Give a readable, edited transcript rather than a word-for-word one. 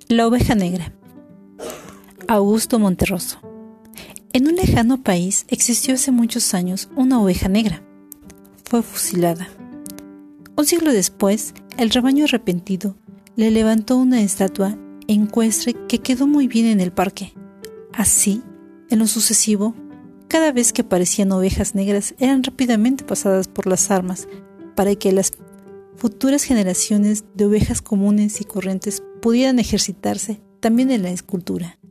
La oveja negra. Augusto Monterroso. En un lejano país existió hace muchos años una oveja negra. Fue fusilada. Un siglo después, el rebaño arrepentido le levantó una estatua ecuestre que quedó muy bien en el parque. Así, en lo sucesivo, cada vez que aparecían ovejas negras eran rápidamente pasadas por las armas para que las futuras generaciones de ovejas comunes y corrientes pudieran ejercitarse también en la escultura.